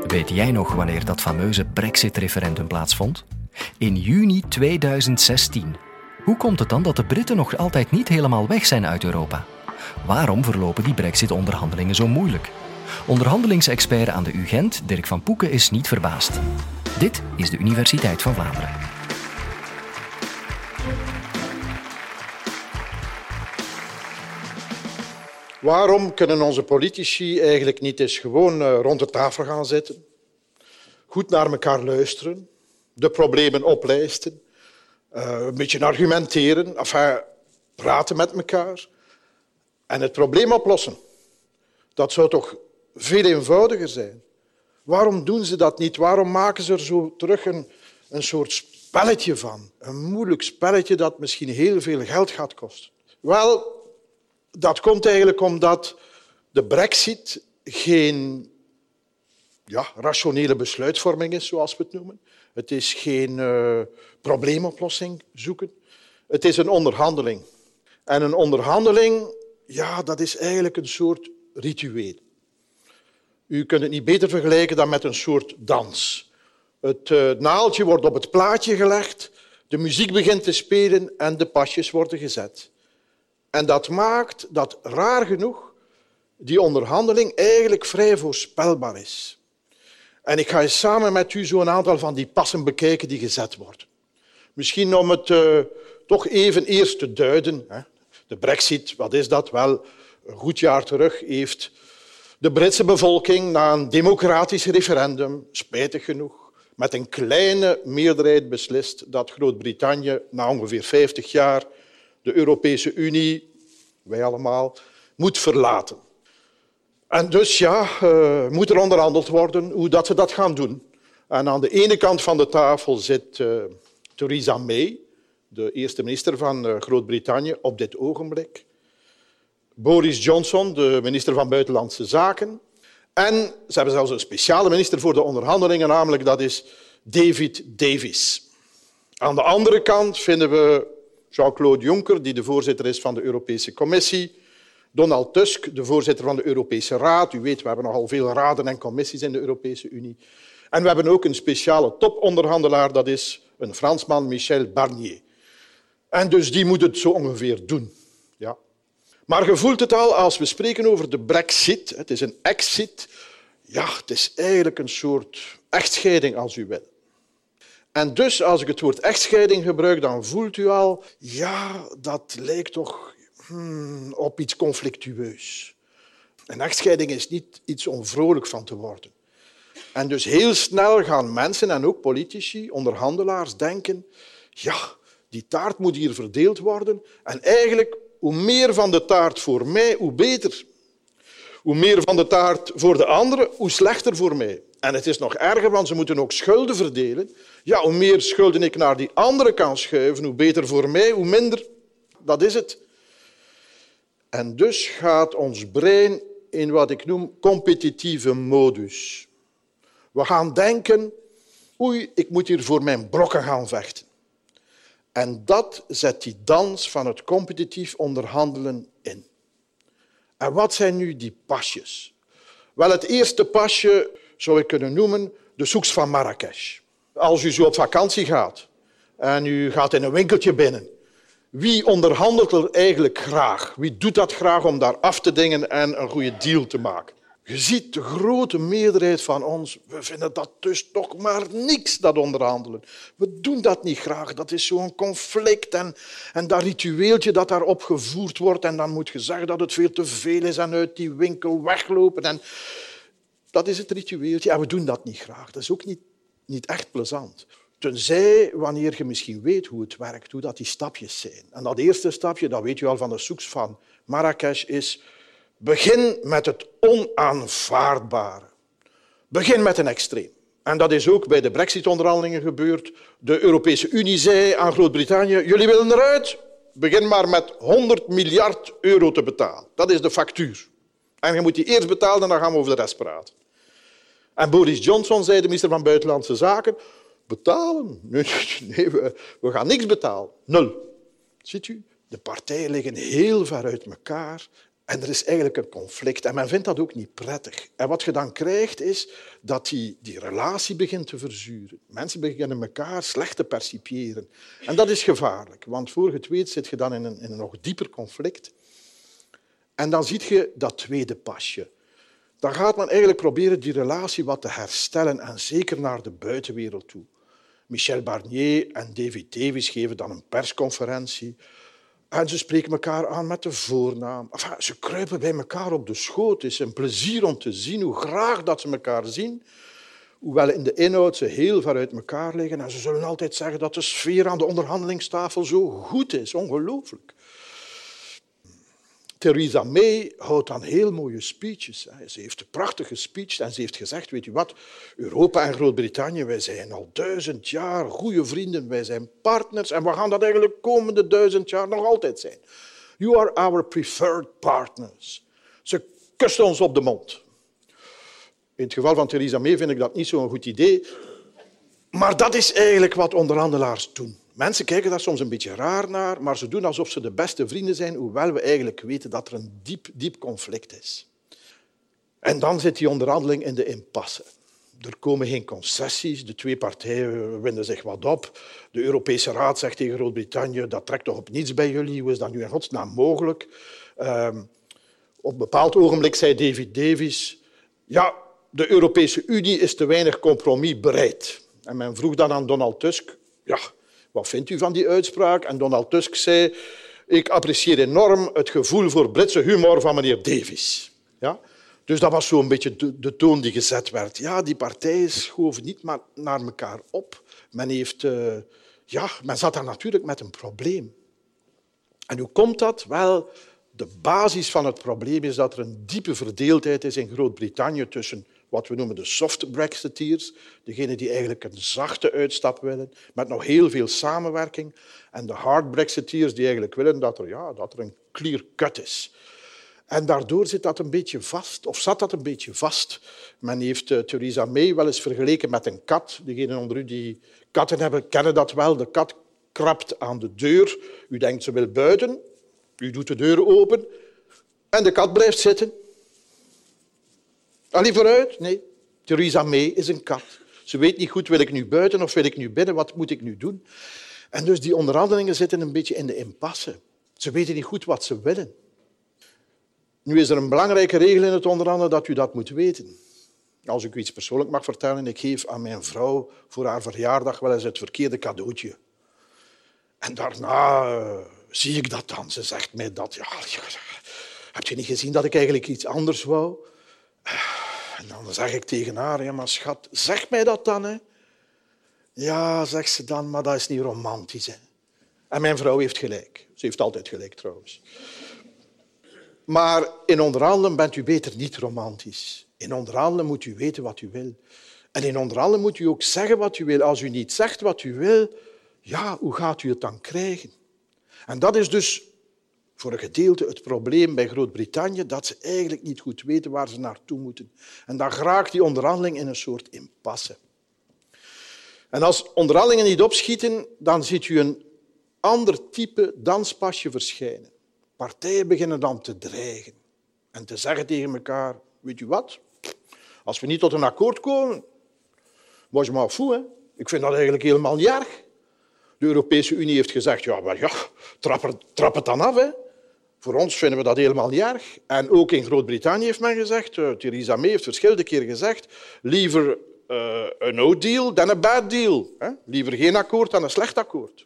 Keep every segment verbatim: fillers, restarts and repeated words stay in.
Weet jij nog wanneer dat fameuze Brexit-referendum plaatsvond? In juni tweeduizend zestien. Hoe komt het dan dat de Britten nog altijd niet helemaal weg zijn uit Europa? Waarom verlopen die Brexit-onderhandelingen zo moeilijk? Onderhandelingsexpert aan de U Gent, Dirk van Poeken, is niet verbaasd. Dit is de Universiteit van Vlaanderen. Waarom kunnen onze politici eigenlijk niet eens gewoon rond de tafel gaan zitten, goed naar elkaar luisteren, de problemen oplijsten, een beetje argumenteren, enfin, praten met elkaar en het probleem oplossen? Dat zou toch veel eenvoudiger zijn? Waarom doen ze dat niet? Waarom maken ze er zo terug een, een soort spelletje van? Een moeilijk spelletje dat misschien heel veel geld gaat kosten. Wel, dat komt eigenlijk omdat de Brexit geen ja, rationele besluitvorming is, zoals we het noemen. Het is geen uh, probleemoplossing zoeken. Het is een onderhandeling. En een onderhandeling, ja, dat is eigenlijk een soort ritueel. U kunt het niet beter vergelijken dan met een soort dans. Het uh, naaldje wordt op het plaatje gelegd, de muziek begint te spelen en de pasjes worden gezet. En dat maakt dat, raar genoeg, die onderhandeling eigenlijk vrij voorspelbaar is. En ik ga eens samen met u zo een aantal van die passen bekijken die gezet worden. Misschien om het uh, toch even eerst te duiden. Hè. De Brexit, wat is dat? Wel, een goed jaar terug heeft de Britse bevolking na een democratisch referendum, spijtig genoeg, met een kleine meerderheid beslist dat Groot-Brittannië na ongeveer vijftig jaar de Europese Unie, wij allemaal, moet verlaten. En dus ja, uh, moet er onderhandeld worden hoe dat ze dat gaan doen. En aan de ene kant van de tafel zit uh, Theresa May, de eerste minister van uh, Groot-Brittannië op dit ogenblik. Boris Johnson, de minister van Buitenlandse Zaken. En ze hebben zelfs een speciale minister voor de onderhandelingen, namelijk dat is David Davis. Aan de andere kant vinden we Jean-Claude Juncker, die de voorzitter is van de Europese Commissie. Donald Tusk, de voorzitter van de Europese Raad. U weet, we hebben nogal veel raden en commissies in de Europese Unie. En we hebben ook een speciale toponderhandelaar, dat is een Fransman, Michel Barnier. En dus die moet het zo ongeveer doen. Ja. Maar je voelt het al als we spreken over de Brexit. Het is een exit. Ja, het is eigenlijk een soort echtscheiding, als u wil. En dus, als ik het woord echtscheiding gebruik, dan voelt u al, ja, dat lijkt toch hmm, op iets conflictueus. Een echtscheiding is niet iets om vrolijk van te worden. En dus heel snel gaan mensen en ook politici, onderhandelaars, denken, ja, die taart moet hier verdeeld worden. En eigenlijk, hoe meer van de taart voor mij, hoe beter. Hoe meer van de taart voor de anderen, hoe slechter voor mij. En het is nog erger, want ze moeten ook schulden verdelen. Ja, hoe meer schulden ik naar die andere kan schuiven, hoe beter voor mij, hoe minder. Dat is het. En dus gaat ons brein in wat ik noem competitieve modus. We gaan denken, oei, ik moet hier voor mijn brokken gaan vechten. En dat zet die dans van het competitief onderhandelen in. En wat zijn nu die pasjes? Wel, het eerste pasje zou ik kunnen noemen de soeks van Marrakesh. Als u zo op vakantie gaat en u gaat in een winkeltje binnen, wie onderhandelt er eigenlijk graag? Wie doet dat graag om daar af te dingen en een goede deal te maken? Je ziet de grote meerderheid van ons, we vinden dat dus toch maar niks, dat onderhandelen. We doen dat niet graag. Dat is zo'n conflict en, en dat ritueeltje dat daarop gevoerd wordt en dan moet je zeggen dat het veel te veel is en uit die winkel weglopen. En dat is het ritueeltje en we doen dat niet graag. Dat is ook niet, niet echt plezant. Tenzij wanneer je misschien weet hoe het werkt, hoe dat die stapjes zijn. En dat eerste stapje, dat weet u al van de soeks van Marrakesh, is begin met het onaanvaardbare. Begin met een extreem. En dat is ook bij de Brexit-onderhandelingen gebeurd. De Europese Unie zei aan Groot-Brittannië, jullie willen eruit, begin maar met honderd miljard euro te betalen. Dat is de factuur. En je moet die eerst betalen en dan gaan we over de rest praten. En Boris Johnson zei, de minister van Buitenlandse Zaken, betalen? Nee, nee we, we gaan niks betalen. Nul. Ziet u, de partijen liggen heel ver uit elkaar En er is eigenlijk een conflict. En men vindt dat ook niet prettig. En wat je dan krijgt, is dat die, die relatie begint te verzuren. Mensen beginnen elkaar slecht te percipiëren. En dat is gevaarlijk, want voor je het weet zit je dan in een, in een nog dieper conflict. En dan zie je dat tweede pasje. Dan gaat men eigenlijk proberen die relatie wat te herstellen, en zeker naar de buitenwereld toe. Michel Barnier en David Davis geven dan een persconferentie. En ze spreken elkaar aan met de voornaam. Enfin, ze kruipen bij elkaar op de schoot. Het is een plezier om te zien hoe graag dat ze elkaar zien. Hoewel in de inhoud ze heel ver uit elkaar liggen. En ze zullen altijd zeggen dat de sfeer aan de onderhandelingstafel zo goed is. Ongelooflijk. Theresa May houdt dan heel mooie speeches. Ze heeft een prachtige speech en ze heeft gezegd, weet u wat, Europa en Groot-Brittannië, wij zijn al duizend jaar goede vrienden, wij zijn partners en we gaan dat eigenlijk de komende duizend jaar nog altijd zijn. You are our preferred partners. Ze kust ons op de mond. In het geval van Theresa May vind ik dat niet zo'n goed idee, maar dat is eigenlijk wat onderhandelaars doen. Mensen kijken daar soms een beetje raar naar, maar ze doen alsof ze de beste vrienden zijn, hoewel we eigenlijk weten dat er een diep, diep conflict is. En dan zit die onderhandeling in de impasse. Er komen geen concessies, de twee partijen winden zich wat op. De Europese Raad zegt tegen Groot-Brittannië, dat trekt toch op niets bij jullie, hoe is dat nu in godsnaam mogelijk? Um, op een bepaald ogenblik zei David Davis, ja, de Europese Unie is te weinig compromis bereid. En men vroeg dan aan Donald Tusk, ja, wat vindt u van die uitspraak? En Donald Tusk zei, ik apprecieer enorm het gevoel voor Britse humor van meneer Davis. Ja? Dus dat was zo'n beetje de, de toon die gezet werd. Ja, die partijen schoven niet maar naar elkaar op. Men, heeft, uh, ja, men zat daar natuurlijk met een probleem. En hoe komt dat? Wel, de basis van het probleem is dat er een diepe verdeeldheid is in Groot-Brittannië tussen wat we noemen de soft Brexiteers, degenen die eigenlijk een zachte uitstap willen, met nog heel veel samenwerking, en de hard Brexiteers die eigenlijk willen dat er, ja, dat er een clear cut is. En daardoor zit dat een beetje vast, of zat dat een beetje vast. Men heeft uh, Theresa May wel eens vergeleken met een kat. Degenen onder u die katten hebben, kennen dat wel. De kat krabt aan de deur. U denkt ze wil buiten. U doet de deur open en de kat blijft zitten. Allee, vooruit? Nee. Theresa May is een kat. Ze weet niet goed, wil ik nu buiten of wil ik nu binnen? Wat moet ik nu doen? En dus die onderhandelingen zitten een beetje in de impasse. Ze weten niet goed wat ze willen. Nu is er een belangrijke regel in het onderhandelen dat u dat moet weten. Als ik u iets persoonlijk mag vertellen, ik geef aan mijn vrouw voor haar verjaardag wel eens het verkeerde cadeautje. En daarna uh, zie ik dat dan. Ze zegt mij dat. Ja, heb je niet gezien dat ik eigenlijk iets anders wou? En dan zeg ik tegen haar, ja, maar schat, zeg mij dat dan. Hè? Ja, zegt ze dan, maar dat is niet romantisch. Hè? En mijn vrouw heeft gelijk. Ze heeft altijd gelijk, trouwens. Maar in onderhandelen bent u beter niet romantisch. In onderhandelen moet u weten wat u wil. En in onderhandelen moet u ook zeggen wat u wil. Als u niet zegt wat u wil, ja, hoe gaat u het dan krijgen? En dat is dus voor een gedeelte het probleem bij Groot-Brittannië, dat ze eigenlijk niet goed weten waar ze naartoe moeten. En dan geraakt die onderhandeling in een soort impasse. En als onderhandelingen niet opschieten, dan ziet u een ander type danspasje verschijnen. Partijen beginnen dan te dreigen en te zeggen tegen elkaar, weet u wat, als we niet tot een akkoord komen, was je maar fou, hè? Ik vind dat eigenlijk helemaal niet erg. De Europese Unie heeft gezegd, ja, maar ja, trap, er, trap het dan af. Hè. Voor ons vinden we dat helemaal niet erg. En ook in Groot-Brittannië heeft men gezegd, uh, Theresa May heeft verschillende keren gezegd, liever uh, een no-deal dan een bad deal. Hè. Liever geen akkoord dan een slecht akkoord.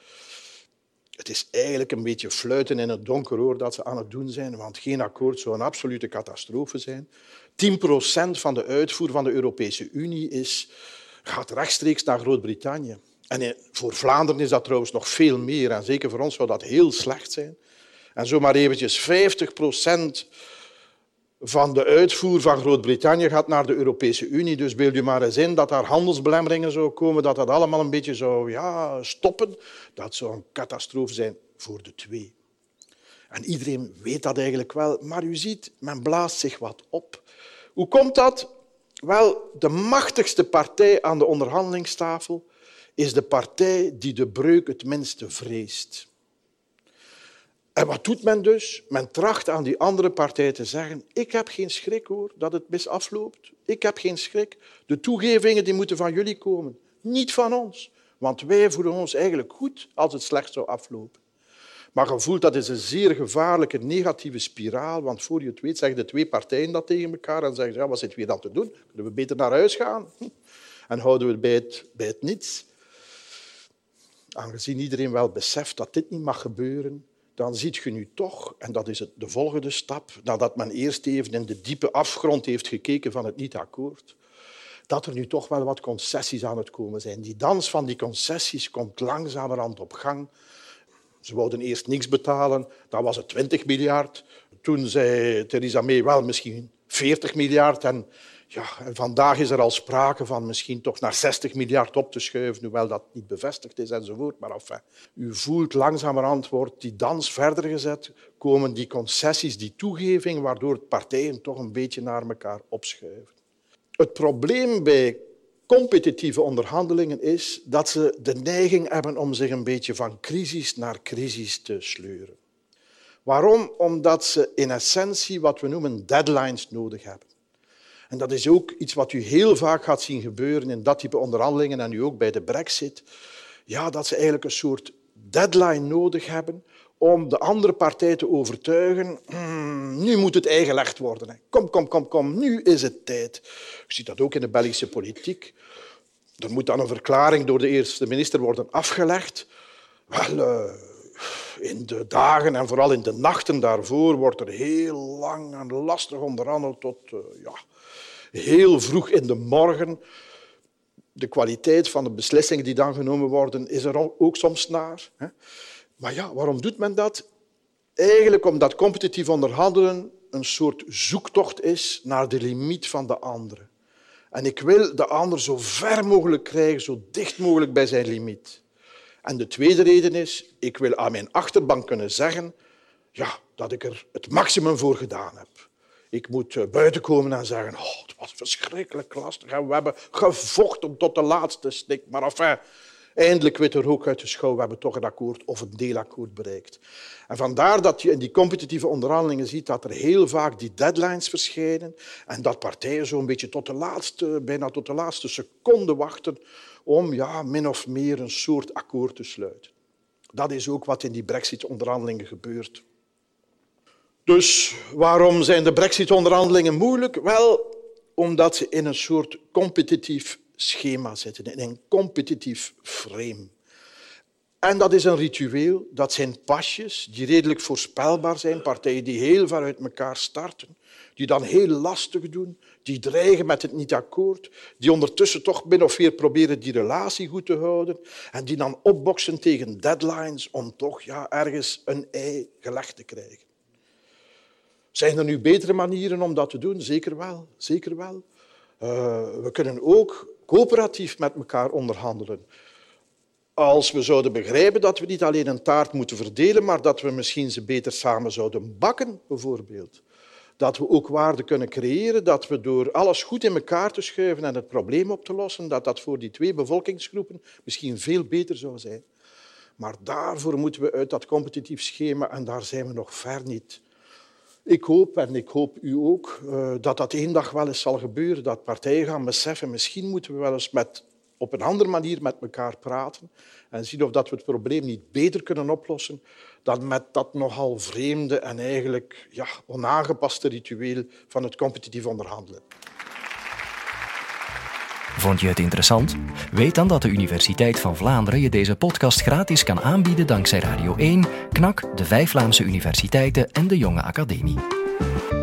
Het is eigenlijk een beetje fluiten in het donker, hoor, dat ze aan het doen zijn, want geen akkoord zou een absolute catastrofe zijn. tien procent van de uitvoer van de Europese Unie is, gaat rechtstreeks naar Groot-Brittannië. En voor Vlaanderen is dat trouwens nog veel meer. En zeker voor ons zou dat heel slecht zijn. En zomaar eventjes vijftig procent van de uitvoer van Groot-Brittannië gaat naar de Europese Unie. Dus beeld je maar eens in dat daar handelsbelemmeringen zouden komen, dat dat allemaal een beetje zou ja, stoppen. Dat zou een catastrofe zijn voor de twee. En iedereen weet dat eigenlijk wel. Maar u ziet, men blaast zich wat op. Hoe komt dat? Wel, de machtigste partij aan de onderhandelingstafel is de partij die de breuk het minste vreest. En wat doet men dus? Men tracht aan die andere partij te zeggen, ik heb geen schrik hoor, dat het mis afloopt. Ik heb geen schrik. De toegevingen die moeten van jullie komen, niet van ons. Want wij voelen ons eigenlijk goed als het slecht zou aflopen. Maar je voelt dat is een zeer gevaarlijke negatieve spiraal, want voor je het weet zeggen de twee partijen dat tegen elkaar en zeggen ja, wat zitten we dan te doen? Kunnen we beter naar huis gaan? En houden we het bij het, bij het niets? Aangezien iedereen wel beseft dat dit niet mag gebeuren, dan ziet je nu toch, en dat is het, de volgende stap, nadat men eerst even in de diepe afgrond heeft gekeken van het niet-akkoord, dat er nu toch wel wat concessies aan het komen zijn. Die dans van die concessies komt langzamerhand op gang. Ze wilden eerst niks betalen, dan was het twintig miljard. Toen zei Theresa May wel misschien veertig miljard. En, ja, en vandaag is er al sprake van misschien toch naar zestig miljard op te schuiven, hoewel dat niet bevestigd is enzovoort. Maar enfin, u voelt langzamerhand wordt die dans verder gezet, komen die concessies, die toegeving, waardoor partijen toch een beetje naar elkaar opschuiven. Het probleem bij competitieve onderhandelingen is dat ze de neiging hebben om zich een beetje van crisis naar crisis te sleuren. Waarom? Omdat ze in essentie wat we noemen deadlines nodig hebben. En dat is ook iets wat u heel vaak gaat zien gebeuren in dat type onderhandelingen en nu ook bij de Brexit. Ja, dat ze eigenlijk een soort deadline nodig hebben om de andere partij te overtuigen. Hmm, nu moet het eigenlegd worden. Kom, kom, kom, kom, nu is het tijd. Je ziet dat ook in de Belgische politiek. Er moet dan een verklaring door de eerste minister worden afgelegd. Wel, uh, in de dagen en vooral in de nachten daarvoor wordt er heel lang en lastig onderhandeld tot uh, ja, heel vroeg in de morgen. De kwaliteit van de beslissingen die dan genomen worden is er ook soms naar. Hè. Maar ja, waarom doet men dat? Eigenlijk omdat competitief onderhandelen een soort zoektocht is naar de limiet van de andere. En ik wil de ander zo ver mogelijk krijgen, zo dicht mogelijk bij zijn limiet. En de tweede reden is, ik wil aan mijn achterban kunnen zeggen ja, dat ik er het maximum voor gedaan heb. Ik moet buiten komen en zeggen, oh, het was verschrikkelijk lastig en we hebben gevochten tot de laatste snik. Maar enfin, eindelijk weet er ook uit de schouw, we hebben toch een akkoord of een deelakkoord bereikt. En vandaar dat je in die competitieve onderhandelingen ziet dat er heel vaak die deadlines verschijnen en dat partijen zo'n beetje tot de laatste, bijna tot de laatste seconde wachten om ja, min of meer een soort akkoord te sluiten. Dat is ook wat in die Brexit-onderhandelingen gebeurt. Dus waarom zijn de Brexit-onderhandelingen moeilijk? Wel, omdat ze in een soort competitief schema zitten, in een competitief frame. En dat is een ritueel, dat zijn pasjes die redelijk voorspelbaar zijn, partijen die heel ver uit elkaar starten, die dan heel lastig doen, die dreigen met het niet-akkoord, die ondertussen toch min of meer proberen die relatie goed te houden en die dan opboksen tegen deadlines om toch ja, ergens een ei gelegd te krijgen. Zijn er nu betere manieren om dat te doen? Zeker wel. Zeker wel. Uh, we kunnen ook coöperatief met elkaar onderhandelen. Als we zouden begrijpen dat we niet alleen een taart moeten verdelen, maar dat we misschien ze beter samen zouden bakken, bijvoorbeeld. Dat we ook waarde kunnen creëren, dat we door alles goed in elkaar te schuiven en het probleem op te lossen, dat dat voor die twee bevolkingsgroepen misschien veel beter zou zijn. Maar daarvoor moeten we uit dat competitief schema en daar zijn we nog ver niet. Ik hoop, en ik hoop u ook, dat dat één dag wel eens zal gebeuren, dat partijen gaan beseffen, misschien moeten we wel eens met, op een andere manier met elkaar praten en zien of dat we het probleem niet beter kunnen oplossen dan met dat nogal vreemde en eigenlijk ja, onaangepaste ritueel van het competitief onderhandelen. Vond je het interessant? Weet dan dat de Universiteit van Vlaanderen je deze podcast gratis kan aanbieden dankzij Radio één, K N A K, de vijf Vlaamse universiteiten en de Jonge Academie.